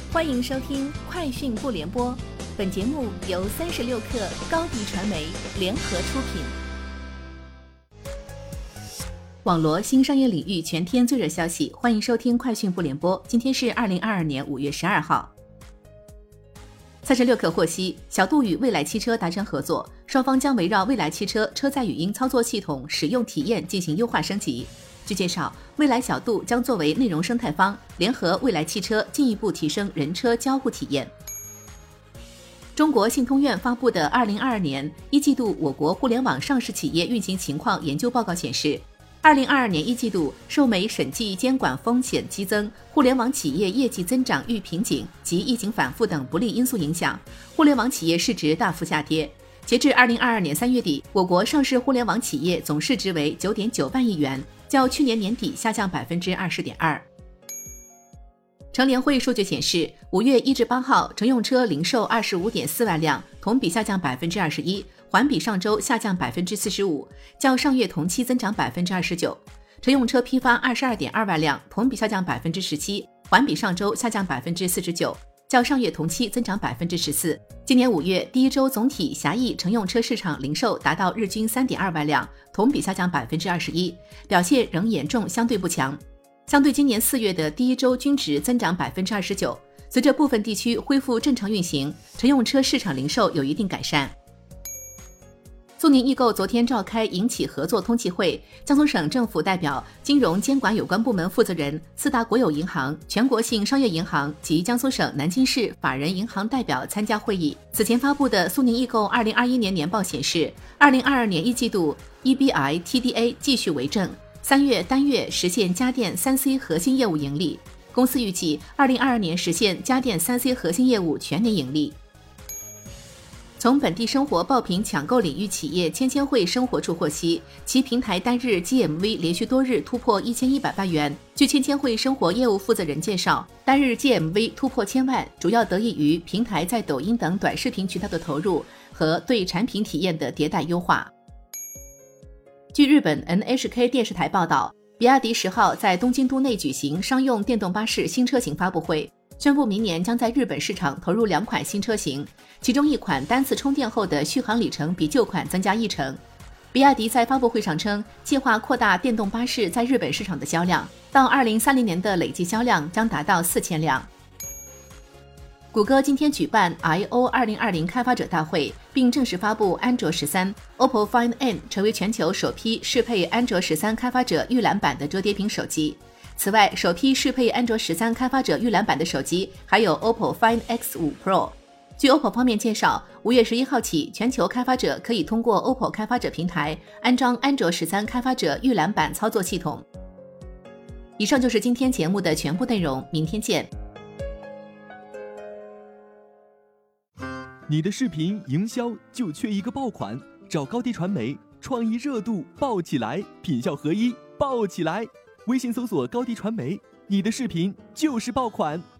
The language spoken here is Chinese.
欢迎收听快讯不联播，本节目由36克高迪传媒联合出品。网罗新商业领域全天最热消息，欢迎收听快讯不联播。今天是2022年5月12号。36克获悉，小度与蔚来汽车达成合作，双方将围绕蔚来汽车车载语音操作系统使用体验进行优化升级。据介绍，蔚来小度将作为内容生态方，联合蔚来汽车进一步提升人车交互体验。中国信通院发布的2022年一季度我国互联网上市企业运行情况研究报告显示，2022年一季度受美审计监管风险激增、互联网企业业绩增长遇瓶颈及疫情反复等不利因素影响，互联网企业市值大幅下跌。截至2022年3月底，我国上市互联网企业总市值为 9.9 万亿元，较去年年底下降 20.2%。乘联会数据显示，5月1至8号乘用车零售 25.4 万辆，同比下降 21%， 环比上周下降 45%， 较上月同期增长 29%。乘用车批发 22.2 万辆，同比下降 17%， 环比上周下降 49%， 较上月同期增长 14%。今年5月第一周总体狭义乘用车市场零售达到日均 3.2 万辆，同比下降 21%， 表现仍严重相对不强。相对今年4月的第一周均值增长 29%， 随着部分地区恢复正常运行，乘用车市场零售有一定改善。苏宁易购昨天召开银企合作通气会，江苏省政府代表、金融监管有关部门负责人、4大国有银行、全国性商业银行及江苏省南京市法人银行代表参加会议。此前发布的苏宁易购2021年年报显示，2022年一季度 EBITDA 继续为正，3月单月实现家电 3C 核心业务盈利。公司预计2022年实现家电 3C 核心业务全年盈利。从本地生活爆品抢购领域企业千千汇生活处获悉，其平台单日 GMV 连续多日突破1100万元。据千千汇生活业务负责人介绍，单日 GMV 突破1000万，主要得益于平台在抖音等短视频渠道的投入和对产品体验的迭代优化。据日本 NHK 电视台报道，比亚迪10号在东京都内举行商用电动巴士新车型发布会，宣布明年将在日本市场投入2款新车型，其中一款单次充电后的续航里程比旧款增加1成。比亚迪在发布会上称，计划扩大电动巴士在日本市场的销量，到2030年的累计销量将达到4000辆。谷歌今天举办 I/O 2020开发者大会，并正式发布安卓13，OPPO Find N 成为全球首批适配安卓13开发者预览版的折叠屏手机。此外，首批适配安卓13开发者预览版的手机还有 OPPO Find X5 Pro。据 OPPO 方面介绍，5月11号起，全球开发者可以通过 OPPO 开发者平台安装安卓13开发者预览版操作系统。以上就是今天节目的全部内容，明天见。 你的视频营销就缺一个爆款，找高迪传媒，创意热度爆起来，品效合一爆起来。微信搜索高迪传媒，你的视频就是爆款。